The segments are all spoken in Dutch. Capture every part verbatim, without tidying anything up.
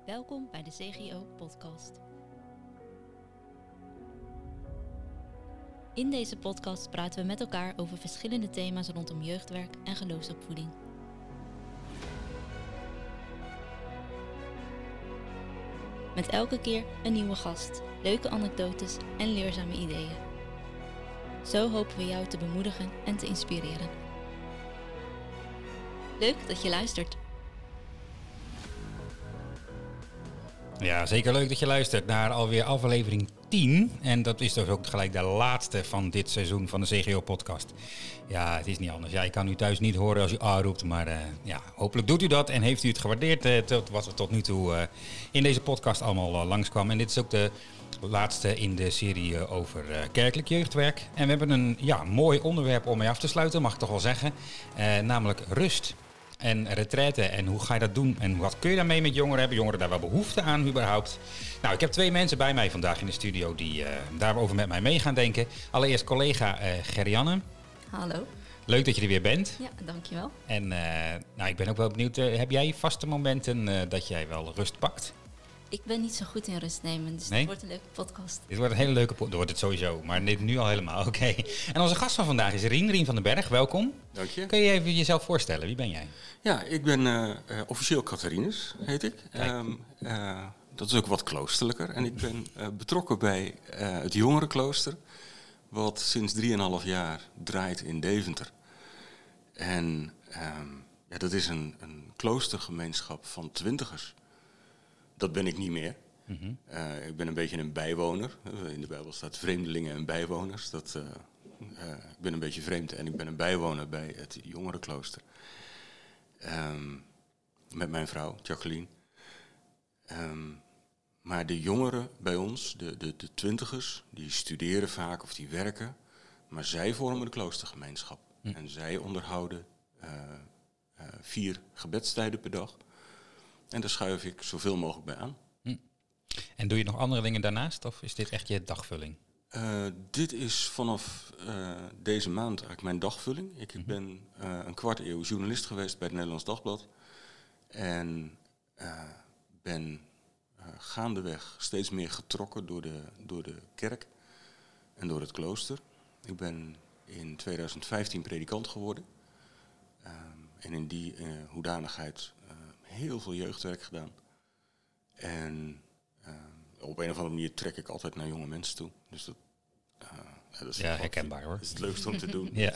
Welkom bij de C G O-podcast. In deze podcast praten we met elkaar over verschillende thema's rondom jeugdwerk en geloofsopvoeding. Met elke keer een nieuwe gast, leuke anekdotes en leerzame ideeën. Zo hopen we jou te bemoedigen en te inspireren. Leuk dat je luistert. Ja, zeker leuk dat je luistert naar alweer aflevering tien. En dat is dus ook gelijk de laatste van dit seizoen van de C G O-podcast. Ja, het is niet anders. Ja, ik kan u thuis niet horen als u A roept. Maar uh, ja, hopelijk doet u dat en heeft u het gewaardeerd uh, tot wat er tot nu toe uh, in deze podcast allemaal uh, langskwam. En dit is ook de laatste in de serie uh, over uh, kerkelijk jeugdwerk. En we hebben een ja, mooi onderwerp om mee af te sluiten, mag ik toch wel zeggen. Uh, namelijk rust. En retraite en hoe ga je dat doen en wat kun je daarmee met jongeren? Hebben jongeren daar wel behoefte aan überhaupt? Nou, ik heb twee mensen bij mij vandaag in de studio die uh, daarover met mij mee gaan denken. Allereerst collega uh, Gerianne. Hallo. Leuk dat je er weer bent. Ja, dankjewel. En uh, nou, ik ben ook wel benieuwd, uh, heb jij vaste momenten uh, dat jij wel rust pakt? Ik ben niet zo goed in rust nemen, dus nee? dit wordt een leuke podcast. Dit wordt een hele leuke podcast, wordt het sowieso, maar dit nu al helemaal, oké. Okay. En onze gast van vandaag is Rien, Rien van den Berg, welkom. Dank je. Kun je even jezelf voorstellen, wie ben jij? Ja, ik ben uh, uh, officieel Catharinus, heet ik. Um, uh, dat is ook wat kloosterlijker. En ik ben uh, betrokken bij uh, het jongerenklooster, wat sinds drieënhalf jaar draait in Deventer. En um, ja, dat is een, een kloostergemeenschap van twintigers. Dat ben ik niet meer. Mm-hmm. Uh, ik ben een beetje een bijwoner. In de Bijbel staat vreemdelingen en bijwoners. Dat, uh, uh, ik ben een beetje vreemd en ik ben een bijwoner bij het jongerenklooster. Um, met mijn vrouw, Jacqueline. Um, maar de jongeren bij ons, de, de, de twintigers, die studeren vaak of die werken. Maar zij vormen de kloostergemeenschap. Mm. En zij onderhouden uh, uh, vier gebedstijden per dag. En daar schuif ik zoveel mogelijk bij aan. Hm. En doe je nog andere dingen daarnaast? Of is dit echt je dagvulling? Uh, dit is vanaf uh, deze maand eigenlijk mijn dagvulling. Ik mm-hmm. ben uh, een kwart eeuw journalist geweest bij het Nederlands Dagblad. En uh, ben uh, gaandeweg steeds meer getrokken door de, door de kerk en door het klooster. Ik ben in tweeduizend vijftien predikant geworden. Uh, en in die uh, hoedanigheid uh, heel veel jeugdwerk gedaan. En uh, op een of andere manier trek ik altijd naar jonge mensen toe. Dus dat, uh, ja, dat is ja, herkenbaar hoor. Dat is het leukste om te doen. Ja.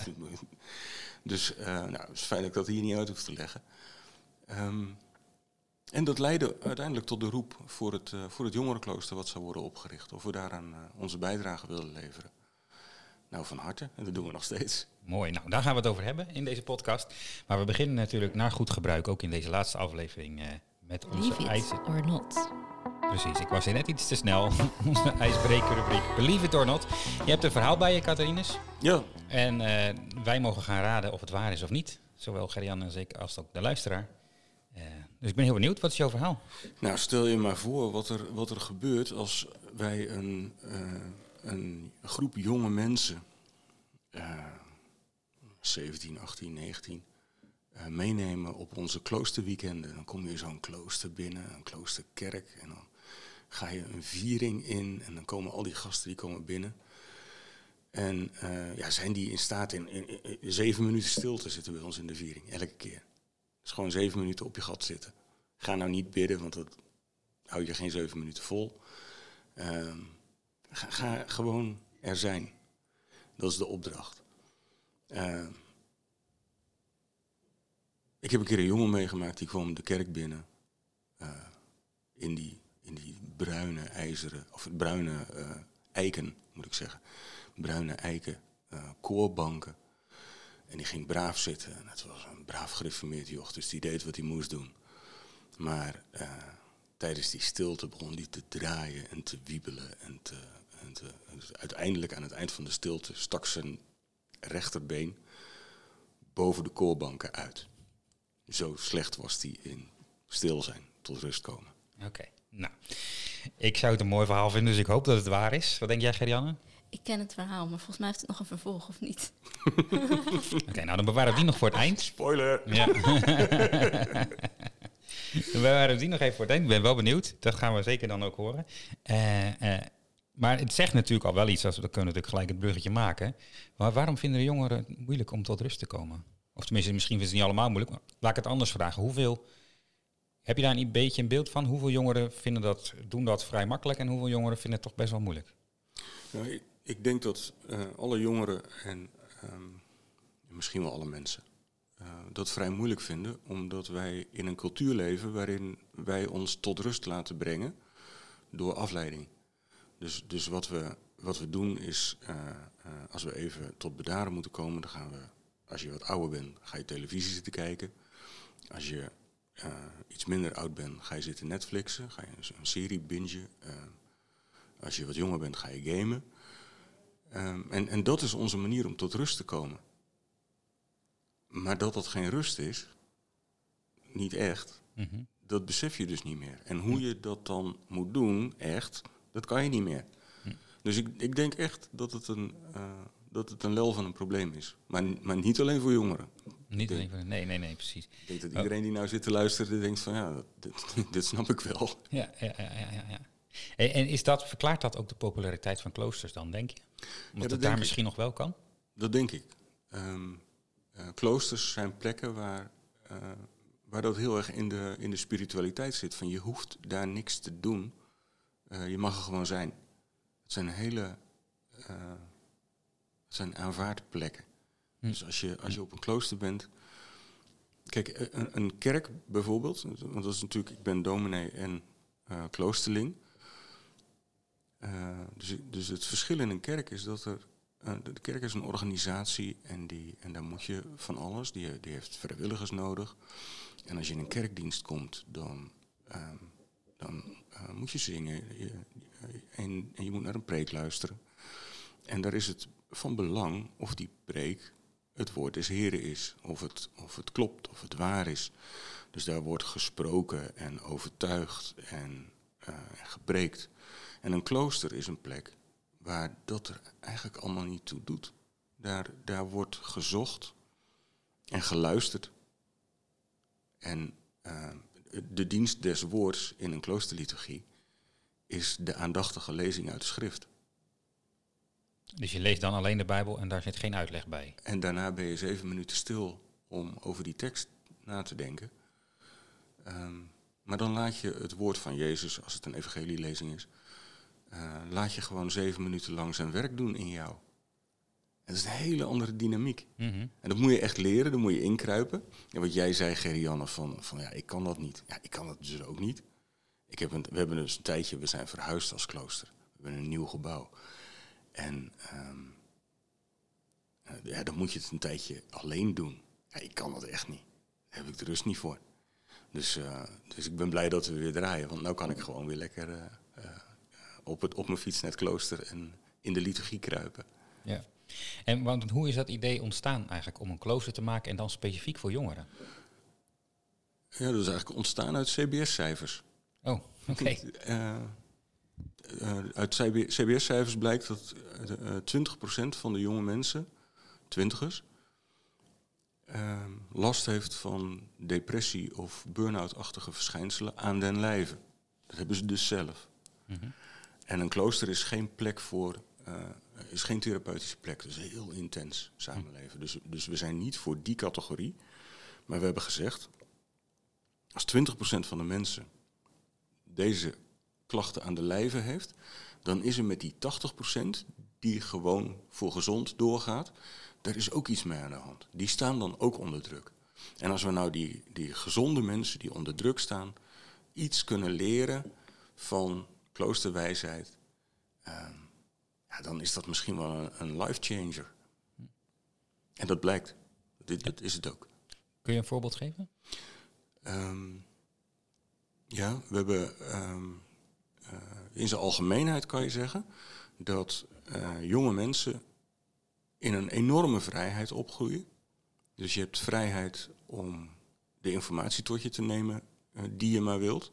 Dus uh, nou, het is fijn dat ik dat hier niet uit hoef te leggen. Um, en dat leidde uiteindelijk tot de roep voor het, uh, voor het jongerenklooster wat zou worden opgericht. Of we daaraan uh, onze bijdrage willen leveren. Nou, van harte. En dat doen we nog steeds. Mooi. Nou, daar gaan we het over hebben in deze podcast. Maar we beginnen natuurlijk naar goed gebruik, ook in deze laatste aflevering, uh, met onze Believe ijs... it or not. Precies, ik was hier net iets te snel. Onze ijsbrekerrubriek Believe it or not. Je hebt een verhaal bij je, Catharinus. Ja. En uh, wij mogen gaan raden of het waar is of niet. Zowel Gerianne als ik, als ook de luisteraar. Uh, dus ik ben heel benieuwd. Wat is jouw verhaal? Nou, stel je maar voor wat er, wat er gebeurt als wij een, uh, een groep jonge mensen, uh, zeventien, achttien, negentien, uh, meenemen op onze kloosterweekenden. Dan kom je zo'n klooster binnen, een kloosterkerk, en dan ga je een viering in en dan komen al die gasten die komen binnen. En uh, ja, zijn die in staat in, in, in zeven minuten stil te zitten bij ons in de viering, elke keer. Dus gewoon zeven minuten op je gat zitten. Ga nou niet bidden, want dat hou je geen zeven minuten vol. Uh, ga, ga gewoon er zijn. Dat is de opdracht. Uh, ik heb een keer een jongen meegemaakt, die kwam de kerk binnen. Uh, in, die, in die bruine ijzeren, of bruine uh, eiken, moet ik zeggen. Bruine eiken uh, koorbanken. En die ging braaf zitten. En het was een braaf gereformeerd joch, dus die deed wat hij moest doen. Maar uh, tijdens die stilte begon hij te draaien en te wiebelen. En, te, en te, dus uiteindelijk aan het eind van de stilte stak zijn rechterbeen boven de koorbanken uit. Zo slecht was hij in stil zijn, tot rust komen. Oké, okay. Nou, ik zou het een mooi verhaal vinden, dus ik hoop dat het waar is. Wat denk jij, Gerianne? Ik ken het verhaal, maar volgens mij heeft het nog een vervolg, of niet? Oké, okay, nou dan bewaren we die nog voor het eind. Spoiler! Ja. We waren die nog even voor het eind. Ik ben wel benieuwd. Dat gaan we zeker dan ook horen. Uh, uh, maar het zegt natuurlijk al wel iets. Als we dan kunnen natuurlijk gelijk het bruggetje maken. Maar waarom vinden de jongeren het moeilijk om tot rust te komen? Of tenminste, misschien vinden ze het niet allemaal moeilijk. Maar laat ik het anders vragen. Hoeveel... Heb je daar een beetje een beeld van? Hoeveel jongeren vinden dat, doen dat vrij makkelijk en hoeveel jongeren vinden het toch best wel moeilijk? Nou, ik, ik denk dat uh, alle jongeren en um, misschien wel alle mensen uh, dat vrij moeilijk vinden, omdat wij in een cultuur leven waarin wij ons tot rust laten brengen door afleiding. Dus, dus wat, we, wat we doen is, uh, uh, als we even tot bedaren moeten komen, dan gaan we, als je wat ouder bent, ga je televisie zitten kijken. Als je Uh, iets minder oud bent, ga je zitten Netflixen, ga je een serie bingen. Uh, als je wat jonger bent, ga je gamen. Um, en, en dat is onze manier om tot rust te komen. Maar dat dat geen rust is, niet echt, mm-hmm. dat besef je dus niet meer. En hoe je dat dan moet doen, echt, dat kan je niet meer. Mm. Dus ik, ik denk echt dat het een... Uh, dat het een lel van een probleem is. Maar, maar niet alleen voor jongeren. Niet alleen voor... Nee, nee, nee, precies. Ik denk dat iedereen die nou zit te luisteren, denkt van ja, dit, dit snap ik wel. Ja, ja, ja, ja. ja. En, en is dat, verklaart dat ook de populariteit van kloosters dan, denk je? Omdat ja, het daar ik. misschien nog wel kan? Dat denk ik. Um, uh, kloosters zijn plekken waar, uh, waar dat heel erg in de, in de spiritualiteit zit. Van je hoeft daar niks te doen. Uh, je mag er gewoon zijn. Het zijn hele... Uh, Het zijn aanvaardplekken. Hm. Dus als je, als je op een klooster bent... Kijk, een, een kerk bijvoorbeeld... Want dat is natuurlijk... Ik ben dominee en uh, kloosterling. Uh, dus, dus het verschil in een kerk is dat er... Uh, de kerk is een organisatie en, die, en daar moet je van alles. Die, die heeft vrijwilligers nodig. En als je in een kerkdienst komt, dan, uh, dan uh, moet je zingen. Je, en, en je moet naar een preek luisteren. En daar is het... van belang of die preek het woord des Heren is. Of het, of het klopt, of het waar is. Dus daar wordt gesproken en overtuigd en uh, gepreekt. En een klooster is een plek waar dat er eigenlijk allemaal niet toe doet. Daar, daar wordt gezocht en geluisterd. En uh, de dienst des woords in een kloosterliturgie is de aandachtige lezing uit de schrift. Dus je leest dan alleen de Bijbel en daar zit geen uitleg bij? En daarna ben je zeven minuten stil om over die tekst na te denken. Um, maar dan laat je het woord van Jezus, als het een evangelielezing is... Uh, laat je gewoon zeven minuten lang zijn werk doen in jou. En dat is een hele andere dynamiek. Mm-hmm. En dat moet je echt leren, dan moet je inkruipen. En wat jij zei, Gerrianne, van, van ja, ik kan dat niet. Ja, ik kan dat dus ook niet. Ik heb een, we hebben dus een tijdje, we zijn verhuisd als klooster. We hebben een nieuw gebouw. En um, uh, ja, dan moet je het een tijdje alleen doen. Ja, ik kan dat echt niet. Daar heb ik de rust niet voor. Dus, uh, dus ik ben blij dat we weer draaien. Want nu kan ik gewoon weer lekker uh, uh, op, het, op mijn fiets naar het klooster en in de liturgie kruipen. Ja. En want hoe is dat idee ontstaan eigenlijk om een klooster te maken en dan specifiek voor jongeren? Ja, dat is eigenlijk ontstaan uit C B S-cijfers. Oh, oké. Okay. Uh, uh, uit C B S-cijfers blijkt dat uh, twintig procent van de jonge mensen, twintigers, uh, last heeft van depressie of burn-out-achtige verschijnselen aan den lijve. Dat hebben ze dus zelf. Mm-hmm. En een klooster is geen plek voor, uh, is geen therapeutische plek. Dat is heel intens samenleven. Mm. Dus, dus we zijn niet voor die categorie. Maar we hebben gezegd, als twintig procent van de mensen deze klachten aan de lijve heeft, dan is er met die tachtig procent die gewoon voor gezond doorgaat, daar is ook iets mee aan de hand. Die staan dan ook onder druk. En als we nou die, die gezonde mensen die onder druk staan, iets kunnen leren van kloosterwijsheid, uh, ja, dan is dat misschien wel een, een life changer. En dat blijkt. Dit, dat is het ook. Kun je een voorbeeld geven? Um, ja, we hebben um, uh, in zijn algemeenheid kan je zeggen dat uh, jonge mensen in een enorme vrijheid opgroeien. Dus je hebt vrijheid om de informatie tot je te nemen uh, die je maar wilt.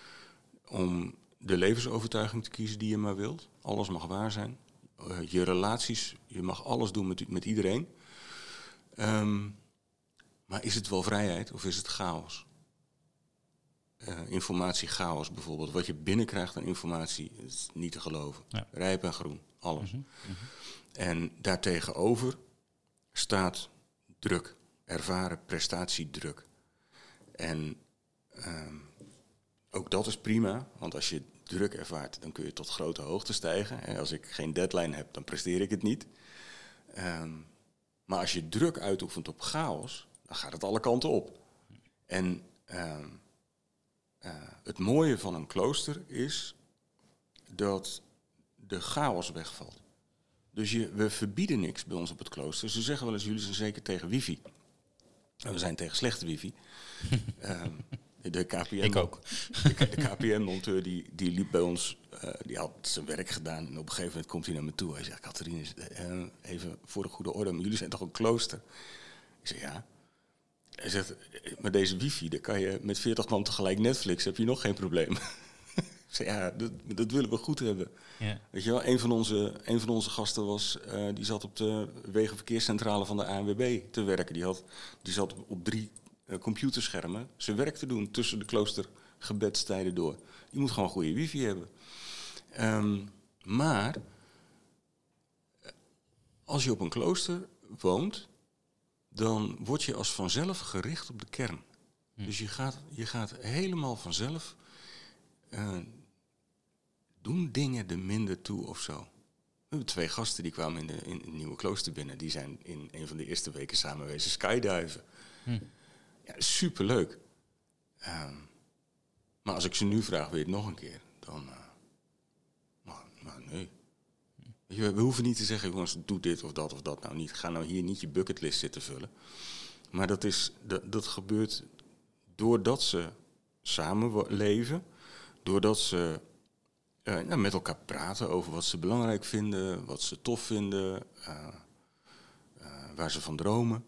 Om de levensovertuiging te kiezen die je maar wilt. Alles mag waar zijn. Uh, je relaties, je mag alles doen met, met iedereen. Um, maar is het wel vrijheid of is het chaos? uh, informatiechaos bijvoorbeeld. Wat je binnenkrijgt aan informatie is niet te geloven. Ja. Rijp en groen, alles. Mm-hmm. Mm-hmm. En daartegenover staat druk, ervaren prestatiedruk. En um, ook dat is prima, want als je druk ervaart, dan kun je tot grote hoogte stijgen. En als ik geen deadline heb, dan presteer ik het niet. Um, maar als je druk uitoefent op chaos, dan gaat het alle kanten op. En um, uh, het mooie van een klooster is dat de chaos wegvalt. Dus je, we verbieden niks bij ons op het klooster. Ze zeggen wel eens, jullie zijn zeker tegen wifi. En we zijn tegen slechte wifi. um, de K P M, Ik ook. De, de K P M-monteur die, die liep bij ons, uh, die had zijn werk gedaan. En op een gegeven moment komt hij naar me toe. Hij zegt, Catharine, uh, even voor de goede orde, maar jullie zijn toch een klooster? Ik zeg, ja. Hij zegt, maar deze wifi, daar kan je met veertig man tegelijk Netflix, heb je nog geen probleem. Ik zeg, ja, dat, dat willen we goed hebben. Ja. Weet je wel, een van onze, een van onze gasten was, uh, die zat op de wegenverkeerscentrale van de A N W B te werken. Die, had, die zat op, op drie uh, computerschermen zijn werk te doen tussen de kloostergebedstijden door. Die moet gewoon goede wifi hebben. Um, maar als je op een klooster woont, dan word je als vanzelf gericht op de kern. Hm. Dus je gaat, je gaat helemaal vanzelf uh, doen dingen er minder toe of zo. We hebben twee gasten die kwamen in, de, in het nieuwe klooster binnen. Die zijn in een van de eerste weken samen wezen skydiven. Hm. Ja, superleuk. Um, maar als ik ze nu vraag, weet je het nog een keer? Dan, uh, nou, nou nee. Weet je, we hoeven niet te zeggen, jongens, doe dit of dat of dat nou niet. Ga nou hier niet je bucketlist zitten vullen. Maar dat, is, dat, dat gebeurt doordat ze samenleven. Doordat ze uh, nou, met elkaar praten over wat ze belangrijk vinden, wat ze tof vinden, uh, uh, waar ze van dromen.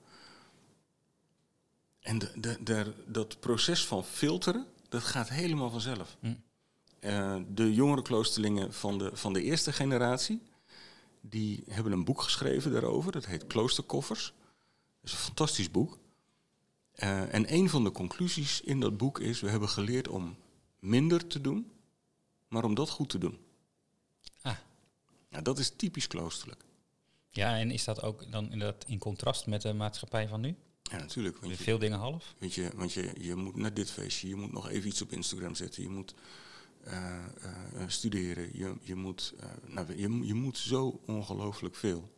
En de, de, de, dat proces van filteren, dat gaat helemaal vanzelf. Hm. Uh, de jongere kloosterlingen van de, van de eerste generatie, die hebben een boek geschreven daarover. Dat heet Kloosterkoffers. Dat is een fantastisch boek. Uh, en een van de conclusies in dat boek is, we hebben geleerd om minder te doen, maar om dat goed te doen. Ah. Nou, dat is typisch kloosterlijk. Ja, en is dat ook dan inderdaad in contrast met de maatschappij van nu? Ja, natuurlijk. Want je, veel dingen half? Weet je, want je, je moet naar dit feestje, je moet nog even iets op Instagram zetten, je moet uh, uh, studeren, je, je, moet, uh, nou, je, je moet zo ongelooflijk veel.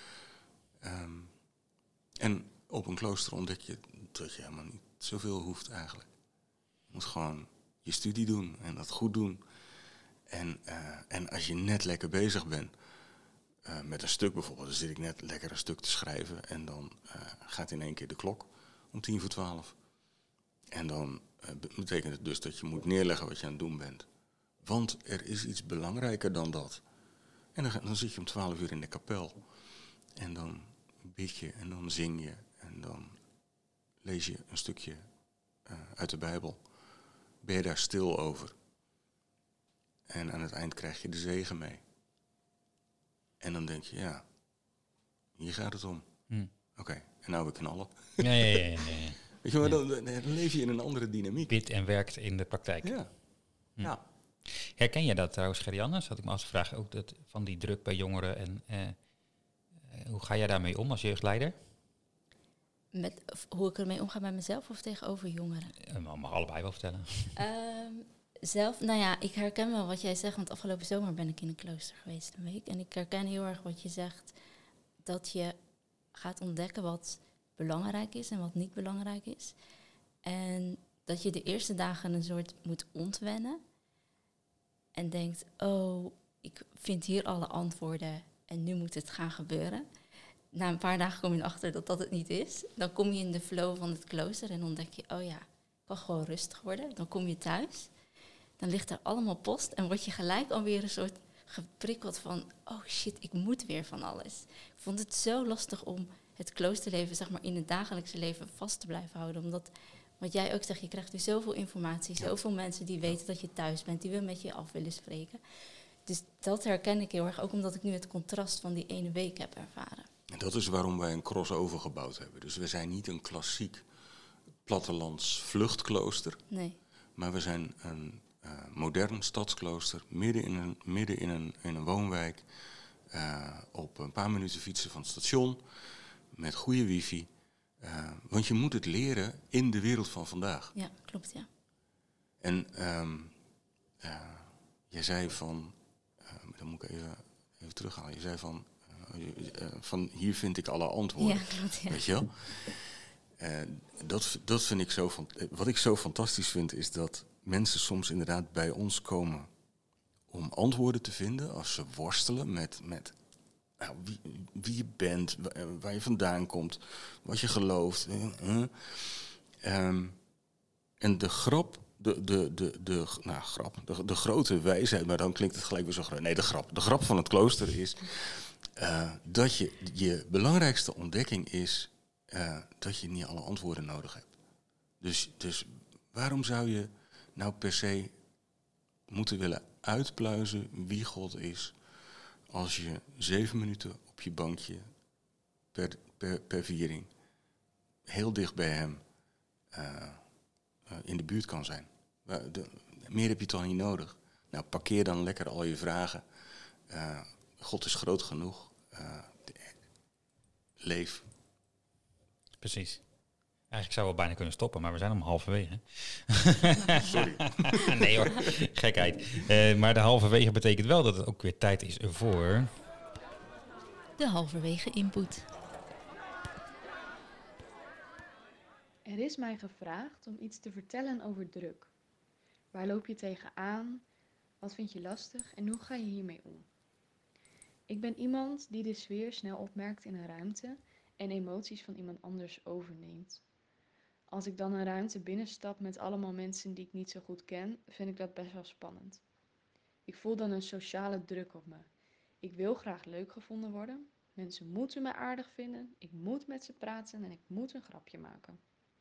Um, en op een klooster ontdek je dat je helemaal niet zoveel hoeft eigenlijk. Je moet gewoon je studie doen en dat goed doen. En, uh, en als je net lekker bezig bent, uh, met een stuk bijvoorbeeld, dan zit ik net lekker een stuk te schrijven en dan uh, gaat in één keer de klok om tien voor twaalf. En dan uh, betekent het dus dat je moet neerleggen wat je aan het doen bent. Want er is iets belangrijker dan dat. En dan, dan zit je om twaalf uur in de kapel. En dan bid je en dan zing je en dan lees je een stukje uh, uit de Bijbel. Ben je daar stil over. En aan het eind krijg je de zegen mee. En dan denk je, ja, hier gaat het om. Hm. Oké, okay, en nou weer knallen. Ja, ja, ja, ja, ja. Weet je, maar dan, dan leef je in een andere dynamiek. Bidt en werkt in de praktijk. Ja. Hm. Ja. Herken je dat trouwens, Gerianne? Zat ik me af te vragen, ook dat van die druk bij jongeren. En uh, hoe ga jij daarmee om als jeugdleider? Met, hoe ik ermee omga met mezelf of tegenover jongeren? Uh, mag allebei wel vertellen. Um, zelf, nou ja, ik herken wel wat jij zegt, want afgelopen zomer ben ik in een klooster geweest een week. En ik herken heel erg wat je zegt, dat je gaat ontdekken wat belangrijk is en wat niet belangrijk is. En dat je de eerste dagen een soort moet ontwennen. En denkt, oh, ik vind hier alle antwoorden en nu moet het gaan gebeuren. Na een paar dagen kom je erachter dat dat het niet is. Dan kom je in de flow van het klooster en ontdek je, oh ja, ik kan gewoon rustig worden. Dan kom je thuis, dan ligt er allemaal post en word je gelijk alweer een soort geprikkeld van, oh shit, ik moet weer van alles. Ik vond het zo lastig om het kloosterleven, zeg maar, in het dagelijkse leven vast te blijven houden. Omdat, wat jij ook zegt, je krijgt nu zoveel informatie, ja. Zoveel mensen die weten dat je thuis bent, die wil met je af willen spreken. Dus dat herken ik heel erg, ook omdat ik nu het contrast van die ene week heb ervaren. En dat is waarom wij een crossover gebouwd hebben. Dus we zijn niet een klassiek plattelands vluchtklooster. Nee. Maar we zijn een uh, modern stadsklooster, midden in een, midden in een, in een woonwijk, uh, op een paar minuten fietsen van het station, met goede wifi. Uh, want je moet het leren in de wereld van vandaag. Ja, klopt, ja. En um, uh, jij zei van, uh, dan moet ik even, even terughalen. Je zei van, uh, uh, van hier vind ik alle antwoorden. Ja, klopt, ja. Weet je wel? Uh, dat, dat vind ik zo van, wat ik zo fantastisch vind, is dat mensen soms inderdaad bij ons komen om antwoorden te vinden als ze worstelen met, met nou, wie, wie je bent, waar je vandaan komt, wat je gelooft. Uh, um, en de grap, de, de, de, de, nou, grap de, de grote wijsheid, maar dan klinkt het gelijk weer zo groot. Nee, de grap. De grap van het klooster is uh, dat je, je belangrijkste ontdekking is uh, dat je niet alle antwoorden nodig hebt. Dus, dus waarom zou je nou per se moeten willen uitpluizen wie God is als je zeven minuten op je bankje per, per, per viering heel dicht bij hem uh, uh, in de buurt kan zijn. De, meer heb je toch niet nodig. Nou, parkeer dan lekker al je vragen. Uh, God is groot genoeg. Uh, leef. Precies. Eigenlijk zou we bijna kunnen stoppen, maar we zijn om halverwege. Sorry. Nee hoor, gekheid. Uh, maar de halverwege betekent wel dat het ook weer tijd is voor... de halverwege input. Er is mij gevraagd om iets te vertellen over druk. Waar loop je tegenaan? Wat vind je lastig en hoe ga je hiermee om? Ik ben iemand die de sfeer snel opmerkt in een ruimte en emoties van iemand anders overneemt. Als ik dan een ruimte binnenstap met allemaal mensen die ik niet zo goed ken, vind ik dat best wel spannend. Ik voel dan een sociale druk op me. Ik wil graag leuk gevonden worden. Mensen moeten me aardig vinden. Ik moet met ze praten en ik moet een grapje maken.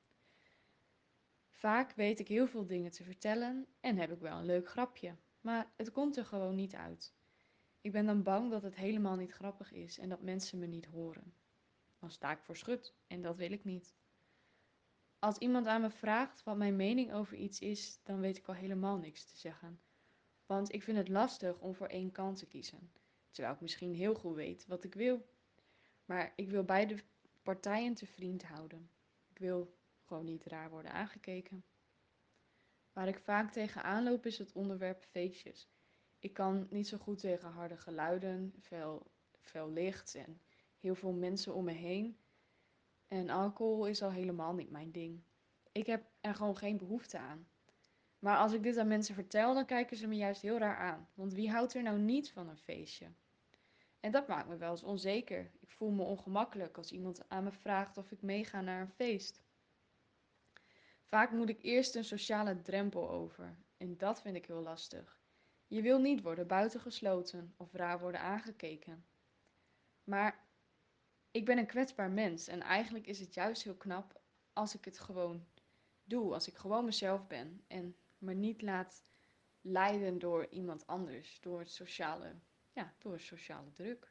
Vaak weet ik heel veel dingen te vertellen en heb ik wel een leuk grapje, maar het komt er gewoon niet uit. Ik ben dan bang dat het helemaal niet grappig is en dat mensen me niet horen. Dan sta ik voor schut en dat wil ik niet. Als iemand aan me vraagt wat mijn mening over iets is, dan weet ik al helemaal niks te zeggen. Want ik vind het lastig om voor één kant te kiezen, terwijl ik misschien heel goed weet wat ik wil. Maar ik wil beide partijen te vriend houden. Ik wil gewoon niet raar worden aangekeken. Waar ik vaak tegenaan loop is het onderwerp feestjes. Ik kan niet zo goed tegen harde geluiden, veel, veel licht en heel veel mensen om me heen. En alcohol is al helemaal niet mijn ding. Ik heb er gewoon geen behoefte aan. Maar als ik dit aan mensen vertel, dan kijken ze me juist heel raar aan. Want wie houdt er nou niet van een feestje? En dat maakt me wel eens onzeker. Ik voel me ongemakkelijk als iemand aan me vraagt of ik meega naar een feest. Vaak moet ik eerst een sociale drempel over. En dat vind ik heel lastig. Je wil niet worden buitengesloten of raar worden aangekeken. Maar ik ben een kwetsbaar mens en eigenlijk is het juist heel knap als ik het gewoon doe. Als ik gewoon mezelf ben en me niet laat leiden door iemand anders. Door het sociale, ja, door sociale druk.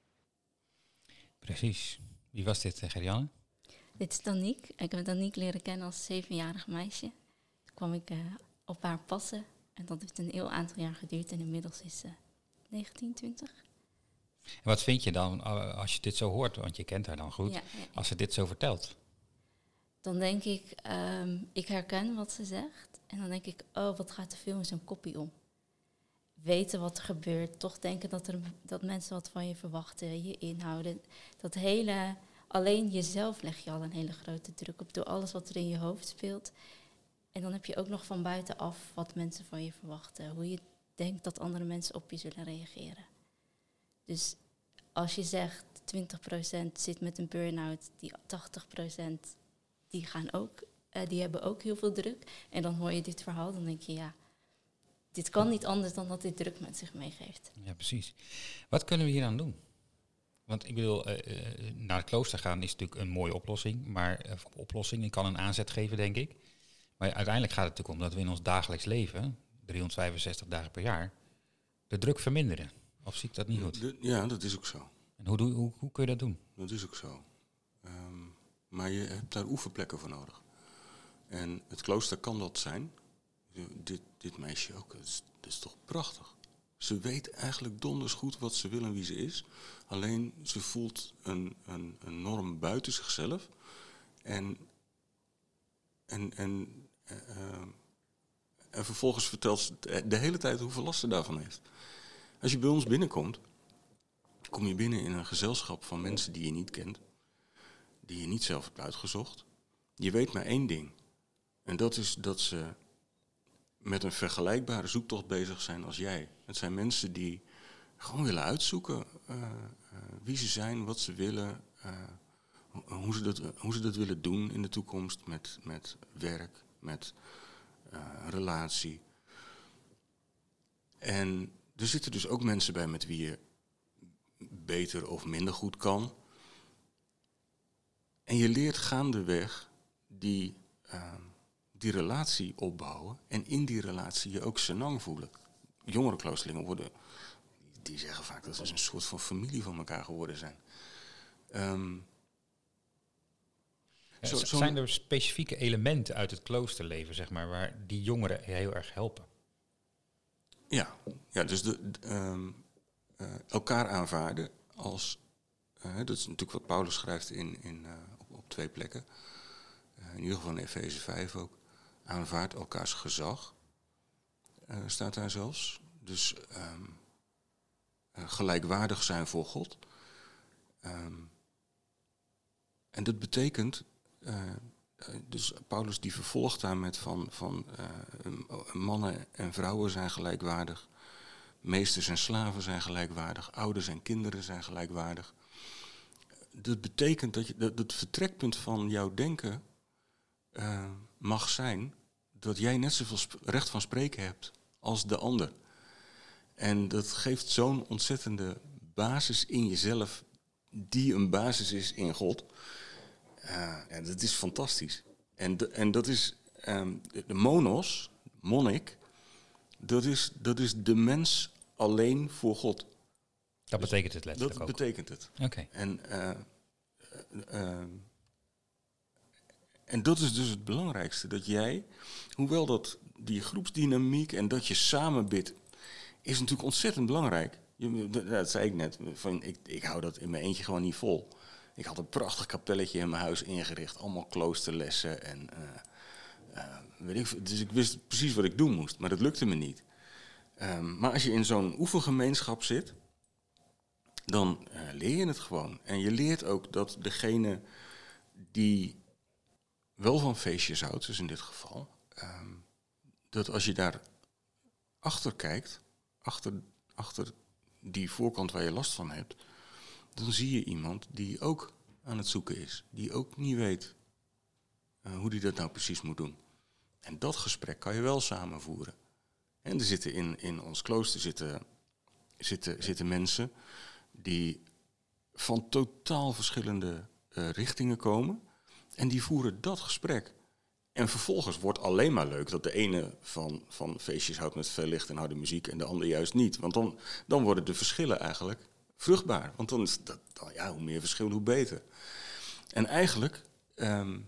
Precies. Wie was dit, Gerianne? Dit is Danique. Ik heb Danique leren kennen als zevenjarig meisje. Toen kwam ik uh, op haar passen. En dat heeft een heel aantal jaar geduurd. En inmiddels is ze uh, negentien, twintig. En wat vind je dan uh, als je dit zo hoort? Want je kent haar dan goed. Ja, ja, ja. Als ze dit zo vertelt. Dan denk ik, um, ik herken wat ze zegt. En dan denk ik, oh, wat gaat er veel in zo'n koppie om? Weten wat er gebeurt. Toch denken dat, er, dat mensen wat van je verwachten. Je inhouden. Dat hele... Alleen jezelf leg je al een hele grote druk op door alles wat er in je hoofd speelt. En dan heb je ook nog van buitenaf wat mensen van je verwachten. Hoe je denkt dat andere mensen op je zullen reageren. Dus als je zegt twintig procent zit met een burn-out, die tachtig procent die, gaan ook, uh, die hebben ook heel veel druk. En dan hoor je dit verhaal, dan denk je ja, dit kan niet anders dan dat dit druk met zich meegeeft. Ja, precies. Wat kunnen we hier aan doen? Want ik bedoel, uh, uh, naar het klooster gaan is natuurlijk een mooie oplossing. Maar uh, oplossing, ik kan een aanzet geven, denk ik. Maar uiteindelijk gaat het natuurlijk om dat we in ons dagelijks leven, driehonderdvijfenzestig dagen per jaar, de druk verminderen. Of zie ik dat niet goed? De, ja, dat is ook zo. En hoe, hoe, hoe, hoe kun je dat doen? Dat is ook zo. Um, maar je hebt daar oefenplekken voor nodig. En het klooster kan dat zijn. dit, dit meisje ook, dat is, dat is toch prachtig. Ze weet eigenlijk donders goed wat ze wil en wie ze is. Alleen ze voelt een, een, een norm buiten zichzelf. En, en, en, uh, en vervolgens vertelt ze de hele tijd hoeveel last ze daarvan heeft. Als je bij ons binnenkomt, kom je binnen in een gezelschap van mensen die je niet kent. Die je niet zelf hebt uitgezocht. Je weet maar één ding. En dat is dat ze met een vergelijkbare zoektocht bezig zijn als jij. Het zijn mensen die gewoon willen uitzoeken uh, uh, wie ze zijn, wat ze willen, uh, hoe, ze dat, hoe ze dat willen doen in de toekomst met, met werk, met uh, relatie. En er zitten dus ook mensen bij met wie je beter of minder goed kan. En je leert gaandeweg die, uh, die relatie opbouwen. En in die relatie je ook senang voelen. Jongere kloosterlingen worden, die zeggen vaak dat ze een soort van familie van elkaar geworden zijn. Um, ja, zo, zo zijn er specifieke elementen uit het kloosterleven, zeg maar, waar die jongeren heel erg helpen? Ja, ja dus de, de, um, uh, elkaar aanvaarden als... Uh, dat is natuurlijk wat Paulus schrijft in, in, uh, op, op twee plekken. Uh, in ieder geval in Efeze vijf ook. Aanvaard elkaars gezag. Uh, staat daar zelfs. Dus um, uh, gelijkwaardig zijn voor God. Um, en dat betekent... Uh, uh, dus Paulus die vervolgt daar met van... van uh, mannen en vrouwen zijn gelijkwaardig. Meesters en slaven zijn gelijkwaardig. Ouders en kinderen zijn gelijkwaardig. Dat betekent dat, je, dat het vertrekpunt van jouw denken uh, mag zijn dat jij net zoveel sp- recht van spreken hebt als de ander. En dat geeft zo'n ontzettende basis in jezelf, die een basis is in God. Uh, en dat is fantastisch. En, de, en dat is um, de, de monos, monnik, dat is, dat is de mens alleen voor God. Dat dus betekent het letterlijk dat ook? Dat betekent het. Okay. En, uh, uh, uh, en dat is dus het belangrijkste. Dat jij, hoewel dat die groepsdynamiek en dat je samen bidt, is natuurlijk ontzettend belangrijk. Je, dat zei ik net. Van, ik, ik hou dat in mijn eentje gewoon niet vol. Ik had een prachtig kapelletje in mijn huis ingericht. Allemaal kloosterlessen. En, uh, uh, weet ik, dus ik wist precies wat ik doen moest. Maar dat lukte me niet. Um, maar als je in zo'n oefengemeenschap zit, dan uh, leer je het gewoon. En je leert ook dat degene die wel van feestjes houdt, dus in dit geval, um, dat als je daar achter kijkt, achter, achter die voorkant waar je last van hebt, dan zie je iemand die ook aan het zoeken is. Die ook niet weet uh, hoe die dat nou precies moet doen. En dat gesprek kan je wel samen voeren. En er zitten in, in ons klooster zitten, zitten, zitten mensen die van totaal verschillende uh, richtingen komen. En die voeren dat gesprek. En vervolgens wordt alleen maar leuk dat de ene van, van feestjes houdt met veel licht en harde muziek en de andere juist niet. Want dan, dan worden de verschillen eigenlijk vruchtbaar. Want dan is dat, dan, ja, hoe meer verschil, hoe beter. En eigenlijk um,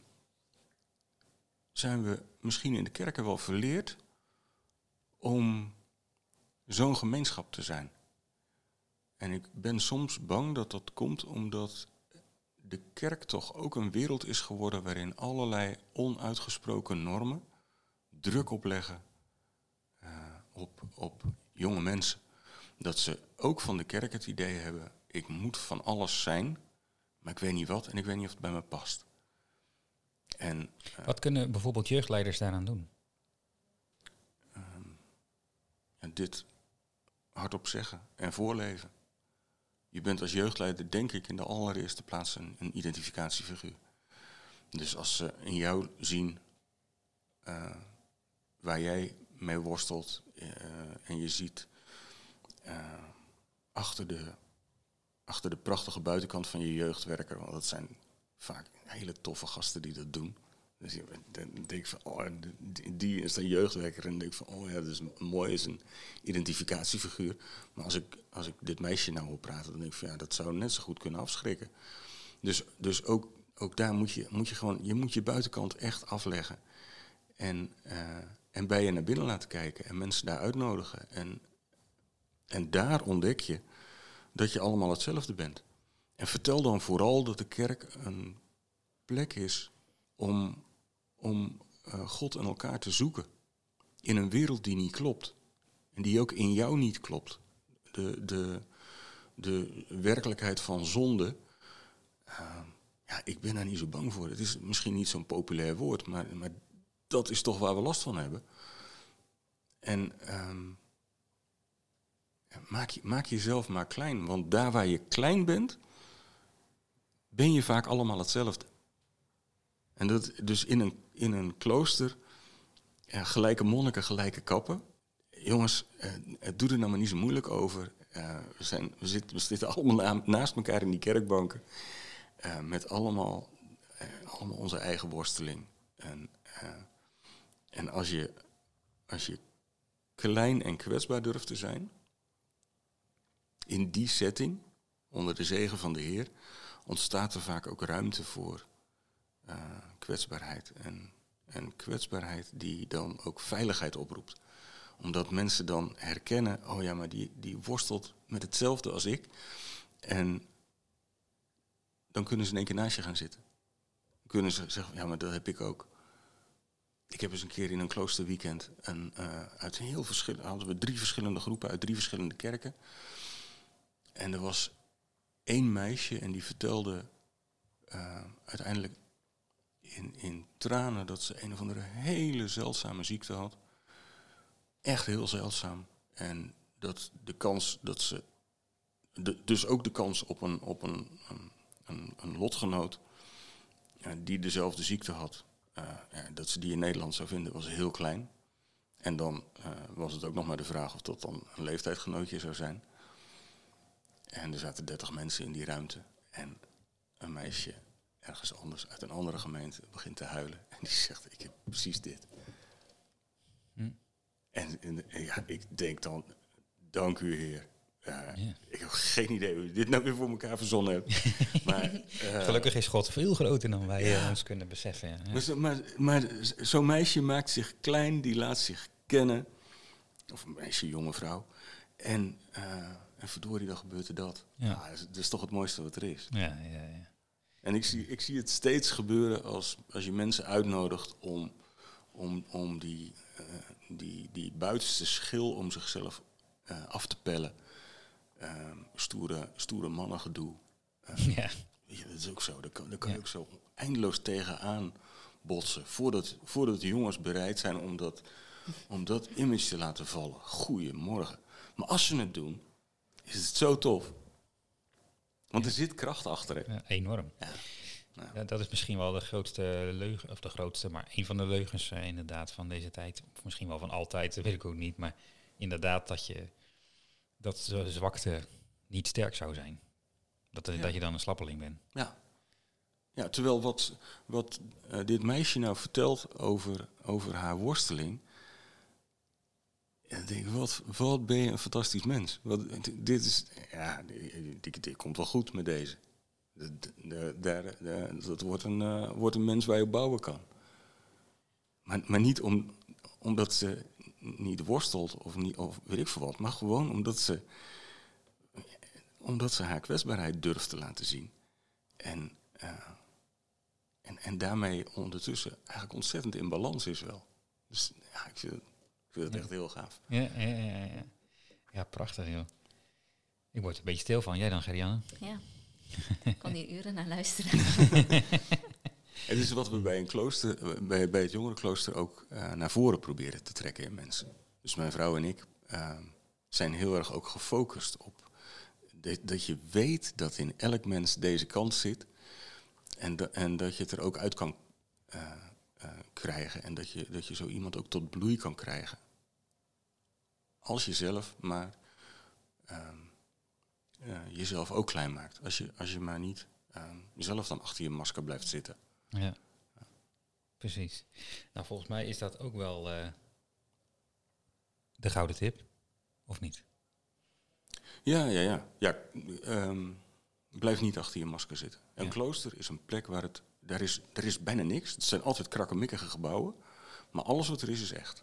zijn we misschien in de kerken wel verleerd om zo'n gemeenschap te zijn. En ik ben soms bang dat dat komt omdat de kerk toch ook een wereld is geworden waarin allerlei onuitgesproken normen druk opleggen uh, op, op jonge mensen. Dat ze ook van de kerk het idee hebben, ik moet van alles zijn, maar ik weet niet wat en ik weet niet of het bij me past. En, uh, wat kunnen bijvoorbeeld jeugdleiders daaraan doen? Um, en dit hardop zeggen en voorleven. Je bent als jeugdleider, denk ik, in de allereerste plaats een, een identificatiefiguur. Dus als ze in jou zien uh, waar jij mee worstelt uh, en je ziet uh, achter, de, achter de prachtige buitenkant van je jeugdwerker, want dat zijn vaak hele toffe gasten die dat doen. Dus dan denk ik van, oh, die is dan jeugdwerker. En dan denk ik van, oh ja, dat is mooi, is een identificatiefiguur. Maar als ik, als ik dit meisje nou wil praten, dan denk ik van, ja, dat zou net zo goed kunnen afschrikken. Dus, dus ook, ook daar moet je, moet je gewoon, je moet je buitenkant echt afleggen. En, uh, en bij je naar binnen laten kijken en mensen daar uitnodigen. En, en daar ontdek je dat je allemaal hetzelfde bent. En vertel dan vooral dat de kerk een plek is om, om uh, God en elkaar te zoeken. In een wereld die niet klopt. En die ook in jou niet klopt. De, de, de werkelijkheid van zonde. Uh, ja, ik ben daar niet zo bang voor. Het is misschien niet zo'n populair woord, maar, maar dat is toch waar we last van hebben. En um, ja, maak, je, maak jezelf maar klein. Want daar waar je klein bent, ben je vaak allemaal hetzelfde. En dat dus in een, in een klooster, ja, gelijke monniken, gelijke kappen. Jongens, uh, het doet er nou maar niet zo moeilijk over. Uh, we, zijn, we, zitten, we zitten allemaal na, naast elkaar in die kerkbanken. Uh, met allemaal, uh, allemaal onze eigen worsteling. En, uh, en als je, als je klein en kwetsbaar durft te zijn, in die setting, onder de zegen van de Heer, ontstaat er vaak ook ruimte voor uh, kwetsbaarheid. En, en kwetsbaarheid die dan ook veiligheid oproept. Omdat mensen dan herkennen, oh ja, maar die, die worstelt met hetzelfde als ik. En dan kunnen ze in één keer naast je gaan zitten. Dan kunnen ze zeggen, ja, maar dat heb ik ook. Ik heb eens een keer in een kloosterweekend en, uh, uit heel verschillende, hadden we drie verschillende groepen uit drie verschillende kerken. En er was één meisje en die vertelde uh, uiteindelijk in, in tranen dat ze een of andere hele zeldzame ziekte had. Echt heel zeldzaam. En dat de kans dat ze, de, dus ook de kans op een, op een, een, een, een lotgenoot uh, die dezelfde ziekte had, uh, ja, dat ze die in Nederland zou vinden, was heel klein. En dan uh, was het ook nog maar de vraag of dat dan een leeftijdgenootje zou zijn. En er zaten dertig mensen in die ruimte. En een meisje ergens anders uit een andere gemeente begint te huilen. En die zegt, ik heb precies dit. Hm. En, en ja, ik denk dan, dank u Heer. Uh, ja. Ik heb geen idee hoe je dit nou weer voor elkaar verzonnen hebt. Maar, uh, gelukkig is God veel groter dan wij ja. ons kunnen beseffen. Ja. Ja. Maar, maar, maar zo'n meisje maakt zich klein, die laat zich kennen. Of een meisje, jonge vrouw. En, uh, en verdorie, dan gebeurt er dat. Ja. Ah, dat is toch het mooiste wat er is. Ja, ja, ja. En ik zie, ik zie het steeds gebeuren als, als je mensen uitnodigt om, om, om die, uh, die, die buitenste schil om zichzelf uh, af te pellen. Uh, stoere, stoere mannengedoe. Uh, ja. Ja, dat is ook zo. Daar kan, daar kan ja. je ook zo eindeloos tegenaan botsen. Voordat, voordat de jongens bereid zijn om dat, om dat image te laten vallen. Goeiemorgen. Maar als ze het doen, is het zo tof. Want ja. er zit kracht achter. Hè? Ja, enorm. Ja. Nou. Ja, dat is misschien wel de grootste leugen, of de grootste, maar een van de leugens uh, inderdaad van deze tijd. Of misschien wel van altijd, dat weet ik ook niet. Maar inderdaad dat je dat de zwakte niet sterk zou zijn. Dat, ja. dat je dan een slappeling bent. Ja, ja terwijl wat, wat uh, dit meisje nou vertelt over, over haar worsteling. Ja, dan denk ik, wat, wat ben je een fantastisch mens. Wat, dit is, ja, dit, dit komt wel goed met deze. De, de, de, de, de, dat wordt een, uh, wordt een mens waar je op bouwen kan. Maar, maar niet om, omdat ze niet worstelt of, niet, of weet ik veel wat, maar gewoon omdat ze, omdat ze haar kwetsbaarheid durft te laten zien. En, uh, en, en daarmee ondertussen eigenlijk ontzettend in balans is wel. Dus ja, ik vind het, ik vind het ja. echt heel gaaf. Ja, ja, ja, ja. ja, prachtig joh. Ik word er een beetje stil van. Jij dan, Gerianne? Ja, ik kan hier uren naar luisteren. Het is wat we bij een klooster, bij, bij het jongerenklooster ook uh, naar voren proberen te trekken in mensen. Dus mijn vrouw en ik uh, zijn heel erg ook gefocust op de, dat je weet dat in elk mens deze kant zit. En, de, en dat je het er ook uit kan uh, uh, krijgen. En dat je, dat je zo iemand ook tot bloei kan krijgen. Als je zelf maar uh, uh, jezelf ook klein maakt. Als je, als je maar niet uh, zelf dan achter je masker blijft zitten. Ja, ja, precies. Nou, volgens mij is dat ook wel uh, de gouden tip, of niet? Ja, ja, ja. ja um, blijf niet achter je masker zitten. Een ja. klooster is een plek waar het, daar is, er is bijna niks. Het zijn altijd krakkemikkige gebouwen, maar alles wat er is, is echt.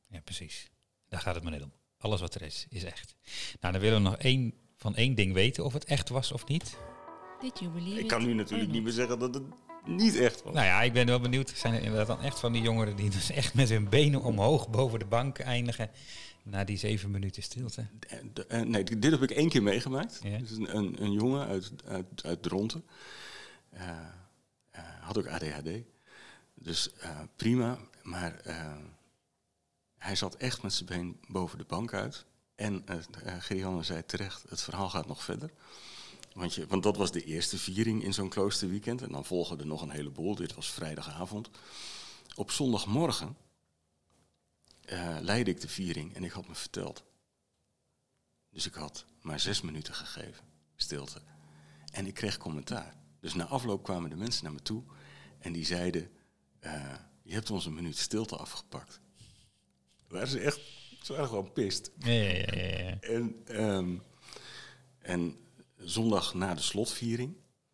Ja, precies. Daar gaat het maar net om. Alles wat er is, is echt. Nou, dan willen we nog één, van één ding weten of het echt was of niet. Did you believe Ik it kan nu natuurlijk or niet meer not? zeggen dat het niet echt was. Nou ja, ik ben wel benieuwd. Zijn er inderdaad dan echt van die jongeren die dus echt met hun benen omhoog boven de bank eindigen na die zeven minuten stilte? De- de- eh, nee, dit heb ik één keer meegemaakt. Ja. Dus een, een, een jongen uit, uit, uit Dronten. Uh, uh, had ook A D H D. Dus uh, prima. Maar uh, hij zat echt met zijn been boven de bank uit. En uh, uh, Gerianne zei terecht, het verhaal gaat nog verder. Want, je, want dat was de eerste viering in zo'n kloosterweekend. En dan volgde er nog een heleboel. Dit was vrijdagavond. Op zondagmorgen uh, leidde ik de viering en ik had me verteld. Dus ik had maar zes minuten gegeven, stilte. En ik kreeg commentaar. Dus na afloop kwamen de mensen naar me toe en die zeiden, uh, je hebt ons een minuut stilte afgepakt. Waren ze echt, ze waren gewoon pist. Ja, ja, ja, ja. En, um, en zondag na de slotviering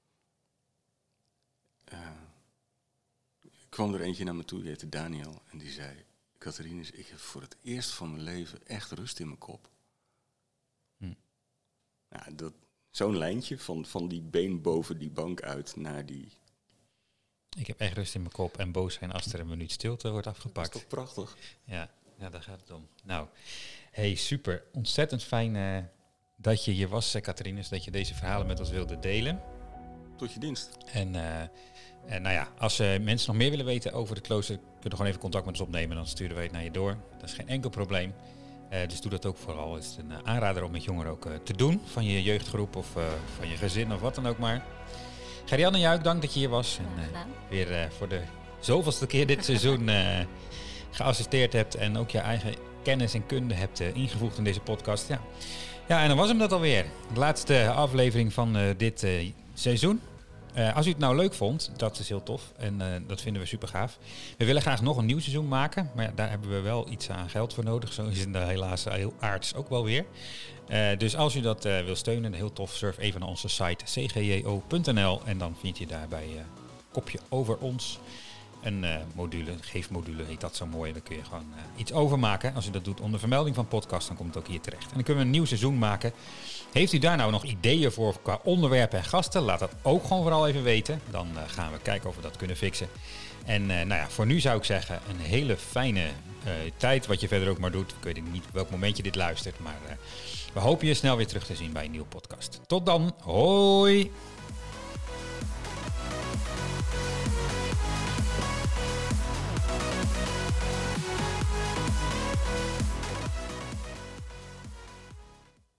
uh, kwam er eentje naar me toe, die heette Daniel. En die zei, Catharinus, ik heb voor het eerst van mijn leven echt rust in mijn kop. Hm. Nou, dat, zo'n lijntje van, van die been boven die bank uit naar die... Ik heb echt rust in mijn kop en boos zijn als er een minuut stilte wordt afgepakt. Dat is toch prachtig? Ja, ja, daar gaat het om. Nou, hey, super. Ontzettend fijn uh, dat je hier was, Catharinus, dat je deze verhalen met ons wilde delen. Tot je dienst. En, uh, en nou ja, als uh, mensen nog meer willen weten over het klooster, kun je gewoon even contact met ons opnemen. Dan sturen wij het naar je door. Dat is geen enkel probleem. Uh, dus doe dat ook vooral. Het is een uh, aanrader om met jongeren ook uh, te doen. Van je jeugdgroep of uh, van je gezin of wat dan ook maar. Gerianne Juik, dank dat je hier was. En uh, weer uh, voor de zoveelste keer dit seizoen uh, geassisteerd hebt. En ook je eigen kennis en kunde hebt uh, ingevoegd in deze podcast. Ja. ja, en dan was hem dat alweer. De laatste aflevering van uh, dit uh, seizoen. Uh, als u het nou leuk vond, dat is heel tof. En uh, dat vinden we super gaaf. We willen graag nog een nieuw seizoen maken. Maar ja, daar hebben we wel iets aan geld voor nodig. Zo is het helaas heel aards ook wel weer. Uh, dus als u dat uh, wil steunen, heel tof, surf even naar onze site c g j o punt n l. En dan vind je daarbij uh, kopje over ons. Een uh, module, een geefmodule heet dat zo mooi. Dan kun je gewoon uh, iets overmaken. Als u dat doet onder vermelding van podcast, dan komt het ook hier terecht. En dan kunnen we een nieuw seizoen maken. Heeft u daar nou nog ideeën voor qua onderwerpen en gasten? Laat dat ook gewoon vooral even weten. Dan uh, gaan we kijken of we dat kunnen fixen. En uh, nou ja, voor nu zou ik zeggen, een hele fijne uh, tijd. Wat je verder ook maar doet. Ik weet niet op welk moment je dit luistert. Maar uh, we hopen je snel weer terug te zien bij een nieuwe podcast. Tot dan. Hoi!